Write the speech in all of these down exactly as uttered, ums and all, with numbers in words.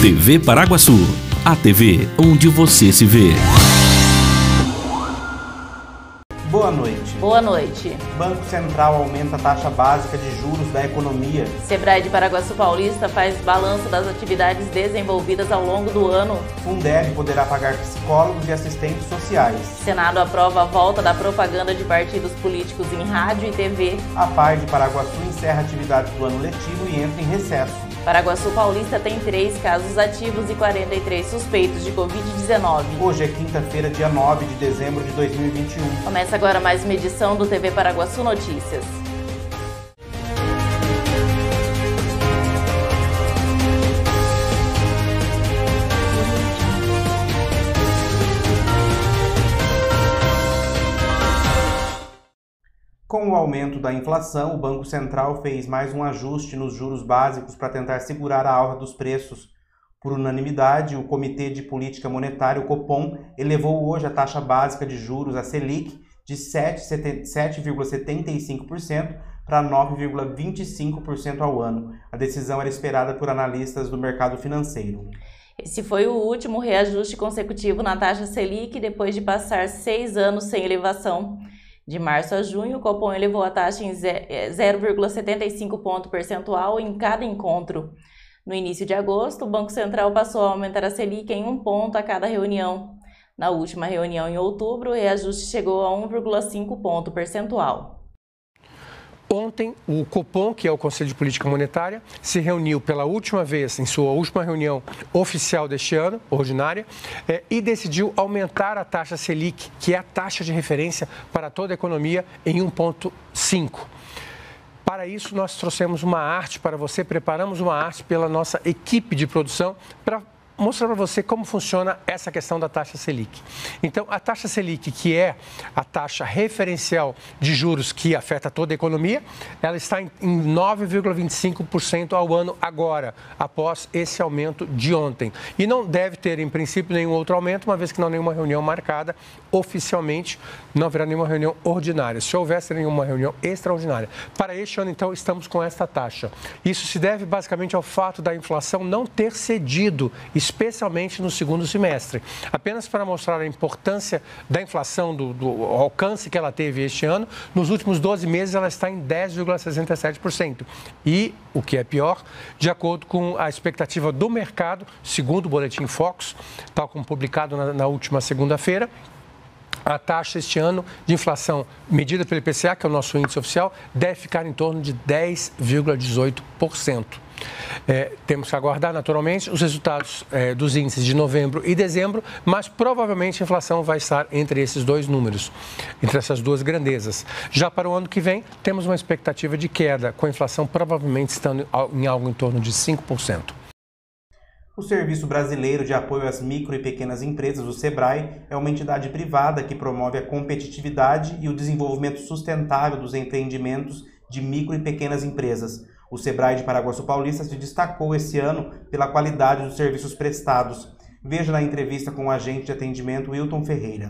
T V Paraguaçu, a T V onde você se vê. Boa noite. Boa noite. Banco Central aumenta a taxa básica de juros da economia. Sebrae de Paraguaçu Paulista faz balanço das atividades desenvolvidas ao longo do ano. Fundeb poderá pagar psicólogos e assistentes sociais. Senado aprova a volta da propaganda de partidos políticos em rádio e T V. A P A I de Paraguaçu encerra atividades do ano letivo e entra em recesso. Paraguaçu Paulista tem três casos ativos e quarenta e três suspeitos de covid dezenove. Hoje é quinta-feira, dia nove de dezembro de dois mil e vinte e um. Começa agora mais uma edição do T V Paraguaçu Notícias. Com o aumento da inflação, o Banco Central fez mais um ajuste nos juros básicos para tentar segurar a alta dos preços. Por unanimidade, o Comitê de Política Monetária, o Copom, elevou hoje a taxa básica de juros, a Selic, de sete vírgula setenta e cinco por cento para nove vírgula vinte e cinco por cento ao ano. A decisão era esperada por analistas do mercado financeiro. Esse foi o último reajuste consecutivo na taxa Selic depois de passar seis anos sem elevação. De março a junho, o Copom elevou a taxa em zero vírgula setenta e cinco ponto percentual em cada encontro. No início de agosto, o Banco Central passou a aumentar a Selic em um ponto a cada reunião. Na última reunião em outubro, o reajuste chegou a um vírgula cinco ponto percentual. Ontem, o Copom, que é o Conselho de Política Monetária, se reuniu pela última vez, em sua última reunião oficial deste ano, ordinária, é, e decidiu aumentar a taxa Selic, que é a taxa de referência para toda a economia, em um vírgula cinco. Para isso, nós trouxemos uma arte para você, preparamos uma arte pela nossa equipe de produção para mostrar para você como funciona essa questão da taxa Selic. Então, a taxa Selic, que é a taxa referencial de juros que afeta toda a economia, ela está em nove vírgula vinte e cinco por cento ao ano agora, após esse aumento de ontem. E não deve ter, em princípio, nenhum outro aumento, uma vez que não há nenhuma reunião marcada oficialmente, não haverá nenhuma reunião ordinária. Se houvesse nenhuma reunião extraordinária. Para este ano, então, estamos com esta taxa. Isso se deve, basicamente, ao fato da inflação não ter cedido, especialmente no segundo semestre. Apenas para mostrar a importância da inflação, do, do alcance que ela teve este ano, nos últimos doze meses ela está em dez vírgula sessenta e sete por cento. E, o que é pior, de acordo com a expectativa do mercado, segundo o Boletim Focus, tal como publicado na, na última segunda-feira, a taxa este ano de inflação medida pelo I P C A, que é o nosso índice oficial, deve ficar em torno de dez vírgula dezoito por cento. É, temos que aguardar, naturalmente, os resultados é, dos índices de novembro e dezembro, mas provavelmente a inflação vai estar entre esses dois números, entre essas duas grandezas. Já para o ano que vem, temos uma expectativa de queda, com a inflação provavelmente estando em algo em torno de cinco por cento. O Serviço Brasileiro de Apoio às Micro e Pequenas Empresas, o Sebrae, é uma entidade privada que promove a competitividade e o desenvolvimento sustentável dos empreendimentos de micro e pequenas empresas. O Sebrae de Paraguaçu Paulista se destacou esse ano pela qualidade dos serviços prestados. Veja na entrevista com o agente de atendimento Wilton Ferreira.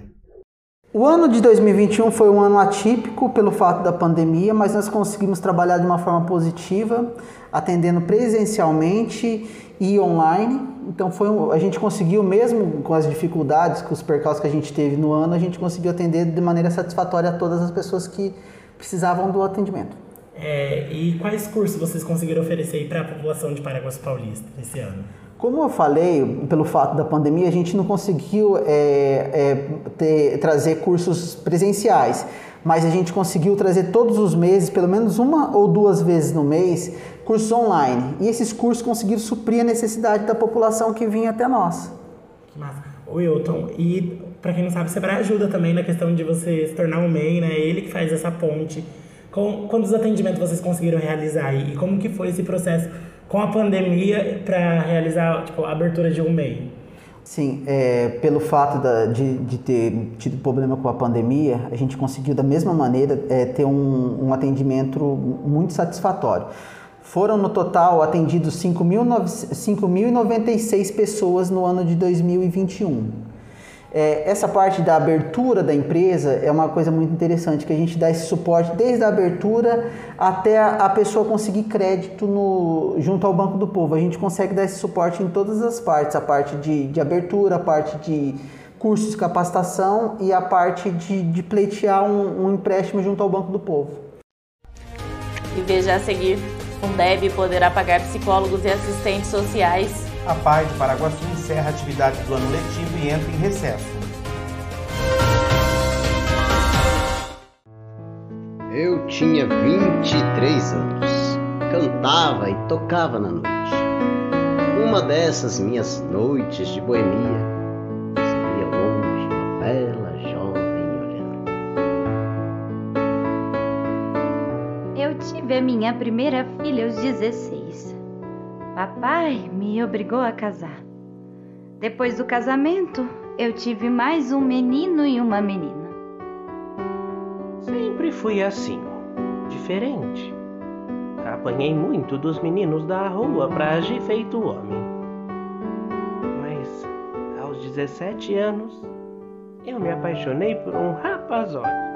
O ano de dois mil e vinte e um foi um ano atípico pelo fato da pandemia, mas nós conseguimos trabalhar de uma forma positiva, atendendo presencialmente e online. Então foi um, a gente conseguiu, mesmo com as dificuldades, com os percalços que a gente teve no ano, a gente conseguiu atender de maneira satisfatória a todas as pessoas que precisavam do atendimento. É, e quais cursos vocês conseguiram oferecer para a população de Paraguaçu Paulista esse ano? Como eu falei, pelo fato da pandemia, a gente não conseguiu é, é, ter, trazer cursos presenciais, mas a gente conseguiu trazer todos os meses, pelo menos uma ou duas vezes no mês, cursos online. E esses cursos conseguiram suprir a necessidade da população que vinha até nós. Que massa. Wilton, e para quem não sabe, o Sebrae ajuda também na questão de você se tornar um M E I, né? Ele que faz essa ponte. Com, quantos atendimentos vocês conseguiram realizar e como que foi esse processo com a pandemia para realizar tipo, a abertura de um M E I? Sim, é, pelo fato da, de, de ter tido problema com a pandemia, a gente conseguiu da mesma maneira é, ter um, um atendimento muito satisfatório. Foram no total atendidos cinco mil e noventa e seis pessoas no ano de dois mil e vinte e um. É, essa parte da abertura da empresa é uma coisa muito interessante, que a gente dá esse suporte desde a abertura até a, a pessoa conseguir crédito no, junto ao Banco do Povo. A gente consegue dar esse suporte em todas as partes, a parte de, de abertura, a parte de cursos de capacitação e a parte de, de pleitear um, um empréstimo junto ao Banco do Povo. E veja a seguir, Fundeb poderá pagar psicólogos e assistentes sociais. A P A I de Paraguaçu encerra atividades do ano letivo e entra em recesso. Eu tinha vinte e três anos, cantava e tocava na noite. Uma dessas minhas noites de boemia, se via longe uma bela jovem olhando. Eu tive a minha primeira filha aos dezesseis. Papai me obrigou a casar. Depois do casamento, eu tive mais um menino e uma menina. Sempre fui assim, diferente. Apanhei muito dos meninos da rua pra agir feito homem. Mas, aos dezessete anos, eu me apaixonei por um rapazote.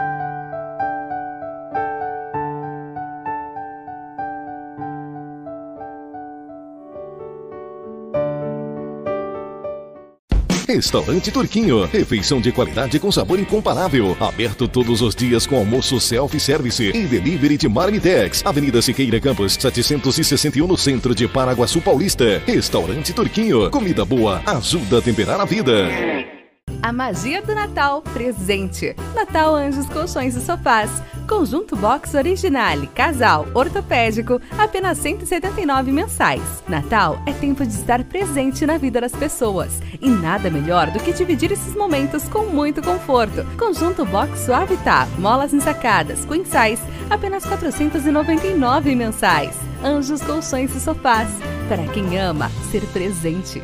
Restaurante Turquinho, refeição de qualidade com sabor incomparável. Aberto todos os dias com almoço self-service e delivery de Marmitex. Avenida Siqueira Campos, setecentos e sessenta e um no centro de Paraguaçu Paulista. Restaurante Turquinho, comida boa ajuda a temperar a vida. A magia do Natal presente. Natal Anjos Colchões e Sofás. Conjunto Box Originale, casal, ortopédico, apenas cento e setenta e nove mensais. Natal é tempo de estar presente na vida das pessoas. E nada melhor do que dividir esses momentos com muito conforto. Conjunto Box Suavitar, molas ensacadas, queen size, apenas quatrocentos e noventa e nove mensais. Anjos Colchões e Sofás. Para quem ama ser presente.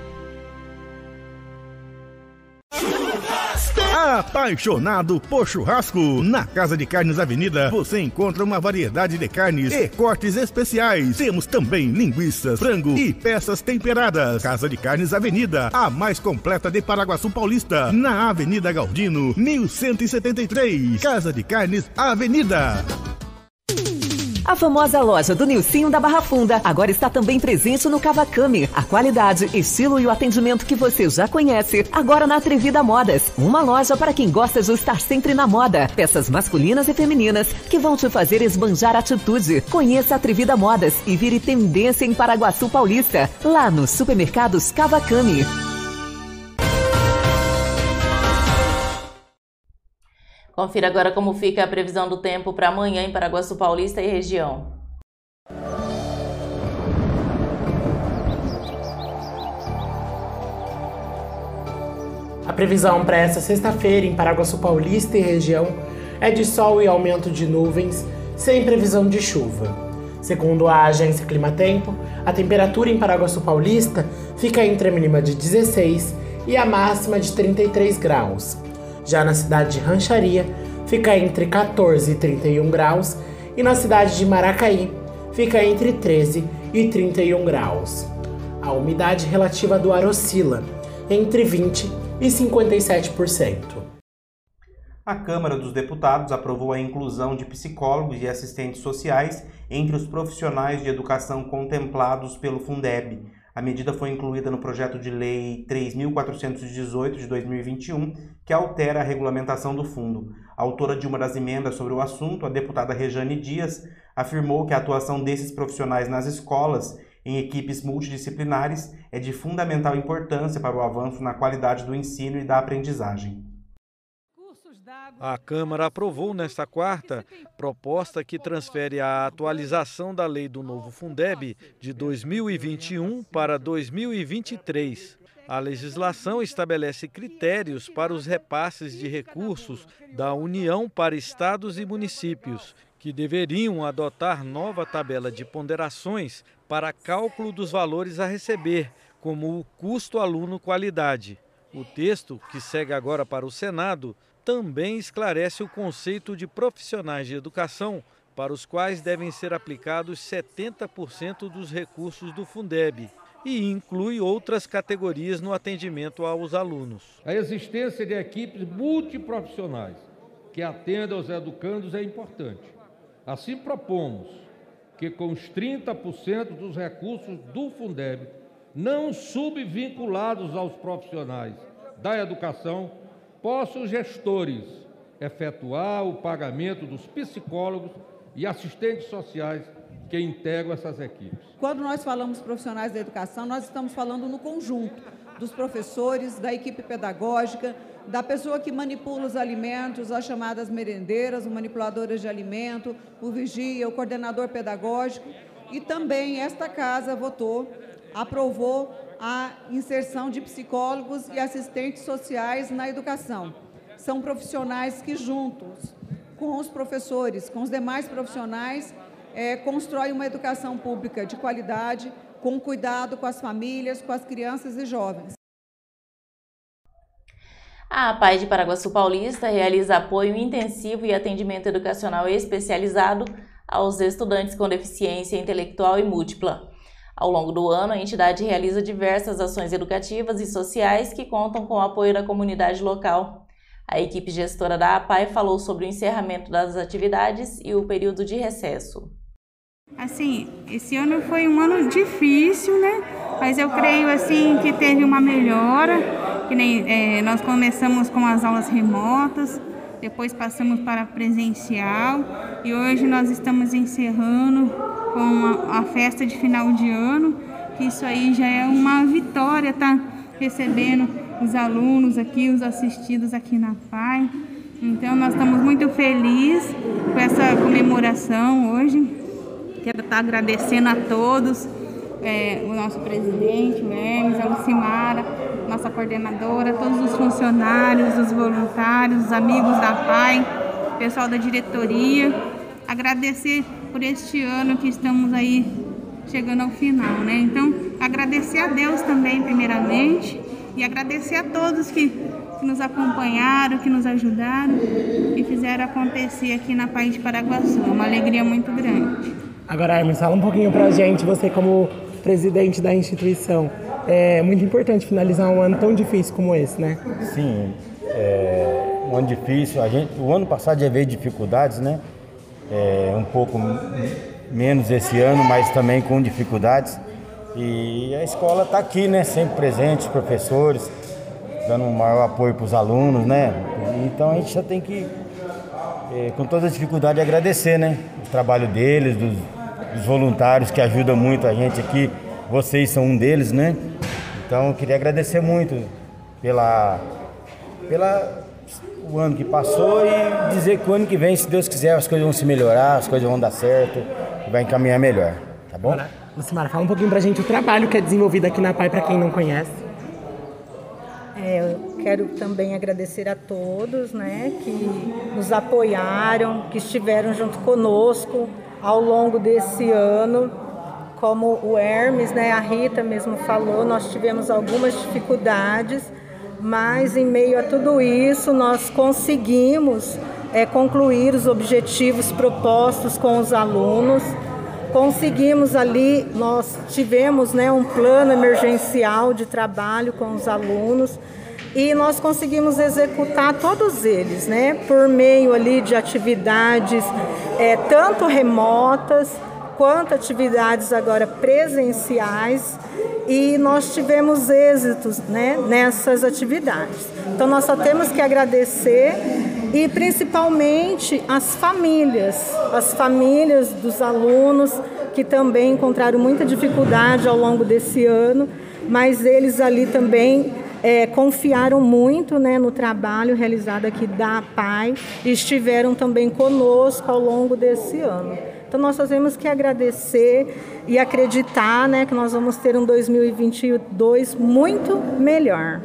Apaixonado por churrasco? Na Casa de Carnes Avenida você encontra uma variedade de carnes e cortes especiais. Temos também linguiças, frango e peças temperadas. Casa de Carnes Avenida, a mais completa de Paraguaçu Paulista, na Avenida Galdino, mil cento e setenta e três. Casa de Carnes Avenida. A famosa loja do Nilcinho da Barra Funda agora está também presente no Cavacame. A qualidade, estilo e o atendimento que você já conhece, agora na Atrevida Modas. Uma loja para quem gosta de estar sempre na moda. Peças masculinas e femininas que vão te fazer esbanjar atitude. Conheça a Atrevida Modas e vire tendência em Paraguaçu Paulista. Lá nos supermercados Cavacame. Confira agora como fica a previsão do tempo para amanhã em Paraguaçu Paulista e região. A previsão para esta sexta-feira em Paraguaçu Paulista e região é de sol e aumento de nuvens, sem previsão de chuva. Segundo a agência Climatempo, a temperatura em Paraguaçu Paulista fica entre a mínima de dezesseis e a máxima de trinta e três graus. Já na cidade de Rancharia, fica entre quatorze e trinta e um graus, e na cidade de Maracaí, fica entre treze e trinta e um graus. A umidade relativa do ar oscila entre vinte e cinquenta e sete por cento. A Câmara dos Deputados aprovou a inclusão de psicólogos e assistentes sociais entre os profissionais de educação contemplados pelo Fundeb. A medida foi incluída no projeto de lei três mil quatrocentos e dezoito de dois mil e vinte e um, que altera a regulamentação do fundo. A autora de uma das emendas sobre o assunto, a deputada Rejane Dias, afirmou que a atuação desses profissionais nas escolas, em equipes multidisciplinares, é de fundamental importância para o avanço na qualidade do ensino e da aprendizagem. A Câmara aprovou nesta quarta proposta que transfere a atualização da lei do novo Fundeb de dois mil e vinte e um para dois mil e vinte e três. A legislação estabelece critérios para os repasses de recursos da União para estados e municípios, que deveriam adotar nova tabela de ponderações para cálculo dos valores a receber, como o custo aluno-qualidade. O texto, que segue agora para o Senado, também esclarece o conceito de profissionais de educação, para os quais devem ser aplicados setenta por cento dos recursos do Fundeb, e inclui outras categorias no atendimento aos alunos. A existência de equipes multiprofissionais que atendam aos educandos é importante. Assim, propomos que com os trinta por cento dos recursos do Fundeb não subvinculados aos profissionais da educação, possam os gestores efetuar o pagamento dos psicólogos e assistentes sociais que integram essas equipes. Quando nós falamos profissionais da educação, nós estamos falando no conjunto dos professores, da equipe pedagógica, da pessoa que manipula os alimentos, as chamadas merendeiras, o manipuladoras de alimento, o vigia, o coordenador pedagógico, e também esta casa votou, aprovou a inserção de psicólogos e assistentes sociais na educação. São profissionais que, juntos com os professores, com os demais profissionais, é, constroem uma educação pública de qualidade, com cuidado com as famílias, com as crianças e jovens. A APAE de Paraguaçu Paulista realiza apoio intensivo e atendimento educacional especializado aos estudantes com deficiência intelectual e múltipla. Ao longo do ano, a entidade realiza diversas ações educativas e sociais que contam com o apoio da comunidade local. A equipe gestora da APAE falou sobre o encerramento das atividades e o período de recesso. Assim, esse ano foi um ano difícil, né? Mas eu creio assim que teve uma melhora, que nem é, nós começamos com as aulas remotas, depois passamos para presencial e hoje nós estamos encerrando com a, a festa de final de ano, que isso aí já é uma vitória, tá? Recebendo os alunos aqui, os assistidos aqui na APAE. Então nós estamos muito felizes com essa comemoração hoje. Quero estar agradecendo a todos, é, o nosso presidente, o Hermes, a Lucimara, nossa coordenadora, todos os funcionários, os voluntários, os amigos da APAE, o pessoal da diretoria. Agradecer por este ano que estamos aí chegando ao final, né? Então, agradecer a Deus também, primeiramente, e agradecer a todos que, que nos acompanharam, que nos ajudaram e fizeram acontecer aqui na APAE de Paraguaçu. É uma alegria muito grande. Agora, Hermes, fala um pouquinho pra gente, você como presidente da instituição. É muito importante finalizar um ano tão difícil como esse, né? Sim, é um ano difícil. A gente, o ano passado já veio dificuldades, né? É, um pouco menos esse ano, mas também com dificuldades. E a escola está aqui, né? Sempre presente, os professores, dando um maior apoio para os alunos, né? Então a gente já tem que, é, com toda a dificuldade, agradecer, né? O trabalho deles, dos, dos voluntários que ajudam muito a gente aqui. Vocês são um deles, né? Então eu queria agradecer muito pela, pela o ano que passou e dizer que o ano que vem, se Deus quiser, as coisas vão se melhorar, as coisas vão dar certo e vai encaminhar melhor, tá bom? Agora, Lucimara, fala um pouquinho pra gente o trabalho que é desenvolvido aqui na APAE, para quem não conhece. É, eu quero também agradecer a todos, né, que nos apoiaram, que estiveram junto conosco ao longo desse ano. Como o Hermes, né, a Rita mesmo falou, nós tivemos algumas dificuldades, mas em meio a tudo isso nós conseguimos é, concluir os objetivos propostos com os alunos. Conseguimos ali, nós tivemos, né, um plano emergencial de trabalho com os alunos e nós conseguimos executar todos eles, né, por meio ali de atividades é, tanto remotas quanto atividades agora presenciais, e nós tivemos êxitos, né, nessas atividades. Então nós só temos que agradecer, e principalmente as famílias, as famílias dos alunos que também encontraram muita dificuldade ao longo desse ano, mas eles ali também é, confiaram muito, né, no trabalho realizado aqui da APAE e estiveram também conosco ao longo desse ano. Então nós só temos que agradecer e acreditar, né, que nós vamos ter um dois mil e vinte e dois muito melhor.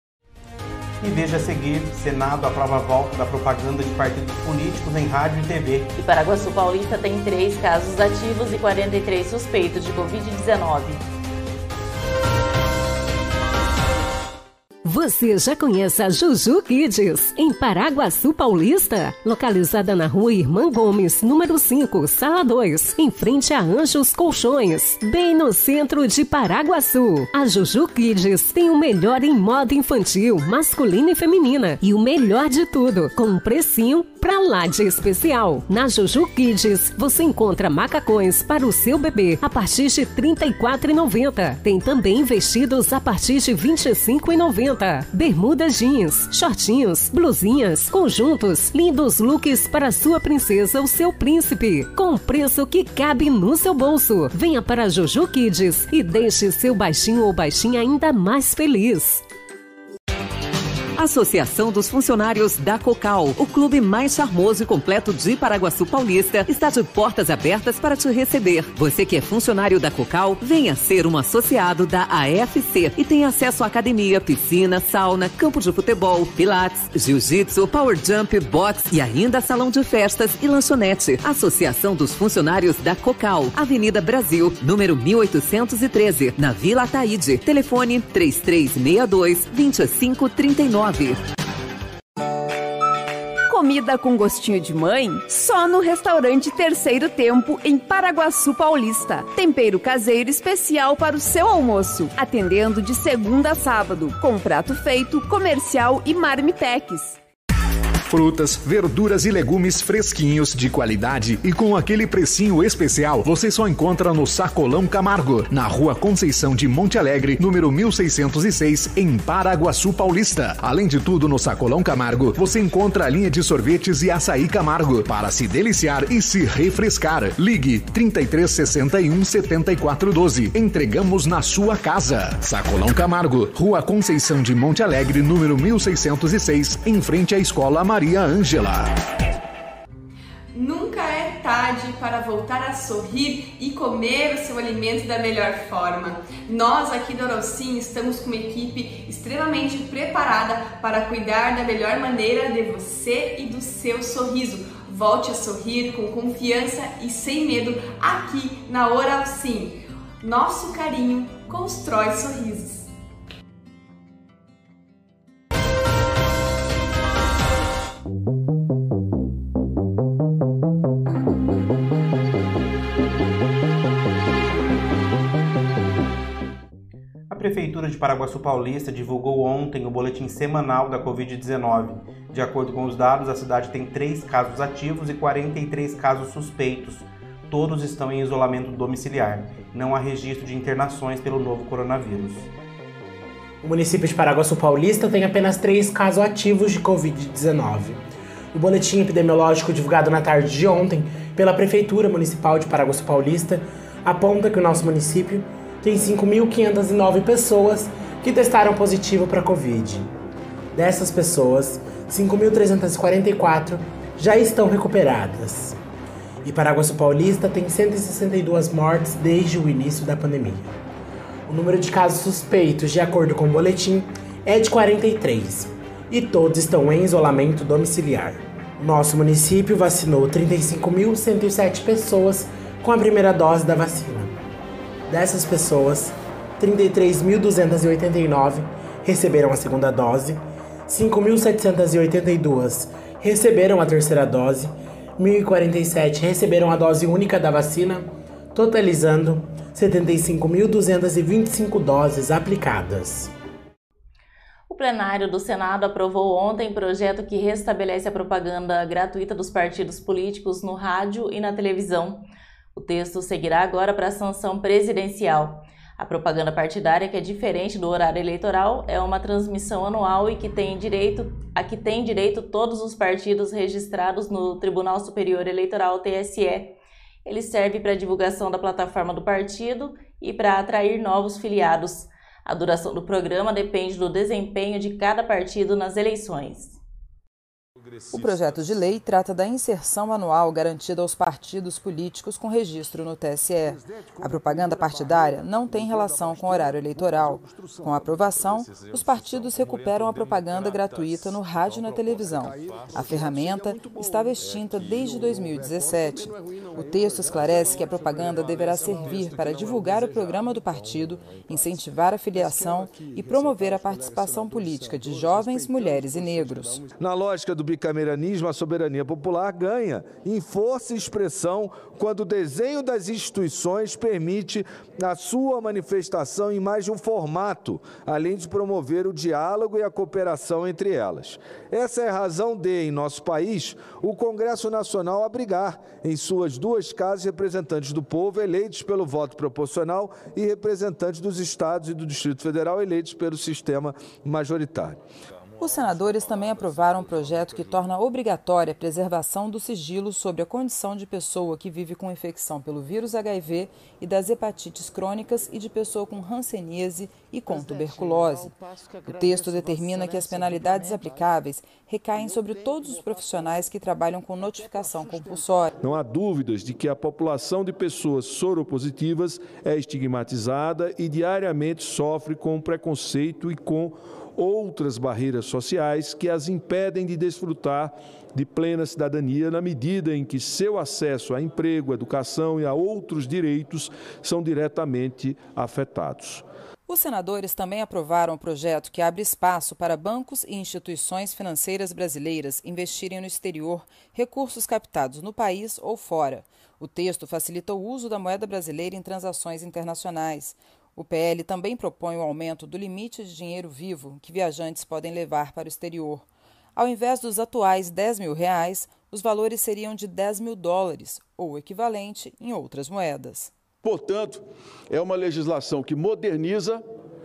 E veja a seguir, Senado aprova a volta da propaganda de partidos políticos em rádio e T V. E Paraguaçu Paulista tem três casos ativos e quarenta e três suspeitos de covid dezenove. Você já conhece a Juju Kids, em Paraguaçu Paulista? Localizada na rua Irmã Gomes, número cinco, sala dois, em frente a Anjos Colchões, bem no centro de Paraguaçu. A Juju Kids tem o melhor em moda infantil, masculina e feminina. E o melhor de tudo, com um precinho pra lá de especial. Na Juju Kids, você encontra macacões para o seu bebê a partir de trinta e quatro reais e noventa centavos. Tem também vestidos a partir de vinte e cinco reais e noventa centavos. Bermudas jeans, shortinhos, blusinhas, conjuntos, lindos looks para sua princesa ou seu príncipe, com preço que cabe no seu bolso. Venha para a Juju Kids e deixe seu baixinho ou baixinha ainda mais feliz. Associação dos Funcionários da Cocal, o clube mais charmoso e completo de Paraguaçu Paulista, está de portas abertas para te receber. Você que é funcionário da Cocal, venha ser um associado da A F C e tem acesso à academia, piscina, sauna, campo de futebol, pilates, jiu-jitsu, power jump, boxe e ainda salão de festas e lanchonete. Associação dos Funcionários da Cocal, Avenida Brasil, número mil oitocentos e treze, na Vila Ataíde. Telefone três três seis dois, dois cinco três nove. Comida com gostinho de mãe? Só no restaurante Terceiro Tempo, em Paraguaçu Paulista. Tempero caseiro especial para o seu almoço. Atendendo de segunda a sábado, com prato feito, comercial e marmitex. Frutas, verduras e legumes fresquinhos, de qualidade e com aquele precinho especial, você só encontra no Sacolão Camargo, na Rua Conceição de Monte Alegre, número mil seiscentos e seis, em Paraguaçu Paulista. Além de tudo, no Sacolão Camargo, você encontra a linha de sorvetes e açaí Camargo, para se deliciar e se refrescar. Ligue trinta e três, sessenta e um, setenta e quatro, doze. Entregamos na sua casa. Sacolão Camargo, Rua Conceição de Monte Alegre, número mil seiscentos e seis, em frente à Escola Maria Ângela. Nunca é tarde para voltar a sorrir e comer o seu alimento da melhor forma. Nós aqui do Orocim estamos com uma equipe extremamente preparada para cuidar da melhor maneira de você e do seu sorriso. Volte a sorrir com confiança e sem medo aqui na Orocim. Nosso carinho constrói sorrisos. A Prefeitura de Paraguaçu Paulista divulgou ontem o boletim semanal da covid dezenove. De acordo com os dados, a cidade tem três casos ativos e quarenta e três casos suspeitos. Todos estão em isolamento domiciliar. Não há registro de internações pelo novo coronavírus. O município de Paraguaçu Paulista tem apenas três casos ativos de covid dezenove. O boletim epidemiológico divulgado na tarde de ontem pela Prefeitura Municipal de Paraguaçu Paulista aponta que o nosso município tem cinco mil quinhentas e nove pessoas que testaram positivo para Covid. Dessas pessoas, cinco mil trezentas e quarenta e quatro já estão recuperadas. E Paraguaçu Paulista tem cento e sessenta e duas mortes desde o início da pandemia. O número de casos suspeitos, de acordo com o boletim, é de quarenta e três, e todos estão em isolamento domiciliar. O nosso município vacinou trinta e cinco mil cento e sete pessoas com a primeira dose da vacina. Dessas pessoas, trinta e três mil duzentas e oitenta e nove receberam a segunda dose, cinco mil setecentas e oitenta e duas receberam a terceira dose, mil e quarenta e sete receberam a dose única da vacina, totalizando setenta e cinco mil duzentas e vinte e cinco doses aplicadas. O plenário do Senado aprovou ontem projeto que restabelece a propaganda gratuita dos partidos políticos no rádio e na televisão. O texto seguirá agora para a sanção presidencial. A propaganda partidária, que é diferente do horário eleitoral, é uma transmissão anual e que tem direito, a que tem direito todos os partidos registrados no Tribunal Superior Eleitoral, T S E. Ele serve para a divulgação da plataforma do partido e para atrair novos filiados. A duração do programa depende do desempenho de cada partido nas eleições. O projeto de lei trata da inserção anual garantida aos partidos políticos com registro no T S E. A propaganda partidária não tem relação com o horário eleitoral. Com a aprovação, os partidos recuperam a propaganda gratuita no rádio e na televisão. A ferramenta estava extinta desde dois mil e dezessete. O texto esclarece que a propaganda deverá servir para divulgar o programa do partido, incentivar a filiação e promover a participação política de jovens, mulheres e negros. Na lógica do bicameralismo, a soberania popular ganha em força e expressão quando o desenho das instituições permite a sua manifestação em mais de um formato, além de promover o diálogo e a cooperação entre elas. Essa é a razão de, em nosso país, o Congresso Nacional abrigar em suas duas casas representantes do povo eleitos pelo voto proporcional e representantes dos estados e do Distrito Federal eleitos pelo sistema majoritário. Os senadores também aprovaram um projeto que torna obrigatória a preservação do sigilo sobre a condição de pessoa que vive com infecção pelo vírus H I V e das hepatites crônicas e de pessoa com hanseníase e com tuberculose. O texto determina que as penalidades aplicáveis recaem sobre todos os profissionais que trabalham com notificação compulsória. Não há dúvidas de que a população de pessoas soropositivas é estigmatizada e diariamente sofre com preconceito e com outras barreiras sociais que as impedem de desfrutar de plena cidadania na medida em que seu acesso a emprego, educação e a outros direitos são diretamente afetados. Os senadores também aprovaram o projeto que abre espaço para bancos e instituições financeiras brasileiras investirem no exterior recursos captados no país ou fora. O texto facilita o uso da moeda brasileira em transações internacionais. O P L também propõe o aumento do limite de dinheiro vivo que viajantes podem levar para o exterior. Ao invés dos atuais dez mil reais, os valores seriam de dez mil dólares, ou equivalente em outras moedas. Portanto, é uma legislação que moderniza,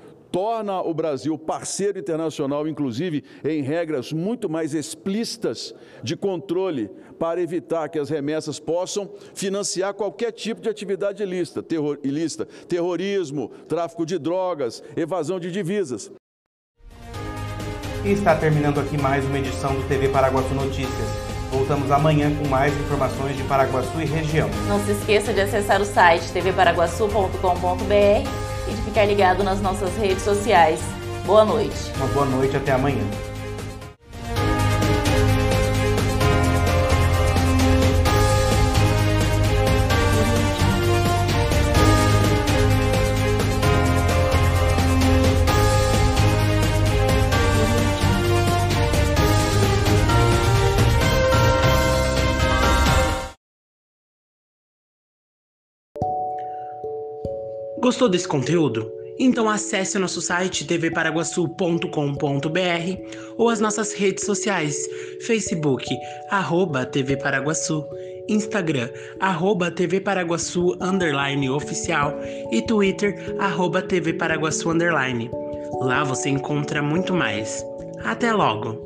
torna o Brasil parceiro internacional, inclusive em regras muito mais explícitas de controle para evitar que as remessas possam financiar qualquer tipo de atividade ilícita, terror, ilícita, terrorismo, tráfico de drogas, evasão de divisas. E está terminando aqui mais uma edição do T V Paraguaçu Notícias. Voltamos amanhã com mais informações de Paraguaçu e região. Não se esqueça de acessar o site t v paraguaçu ponto com ponto b r e de ficar ligado nas nossas redes sociais. Boa noite. Uma boa noite, até amanhã. Gostou desse conteúdo? Então acesse o nosso site t v paraguaçu ponto com ponto b r ou as nossas redes sociais, Facebook, arroba T V Paraguaçu, Instagram, arroba T V Paraguaçu, underline oficial e Twitter, arroba T V Paraguaçu, underline. Lá você encontra muito mais. Até logo!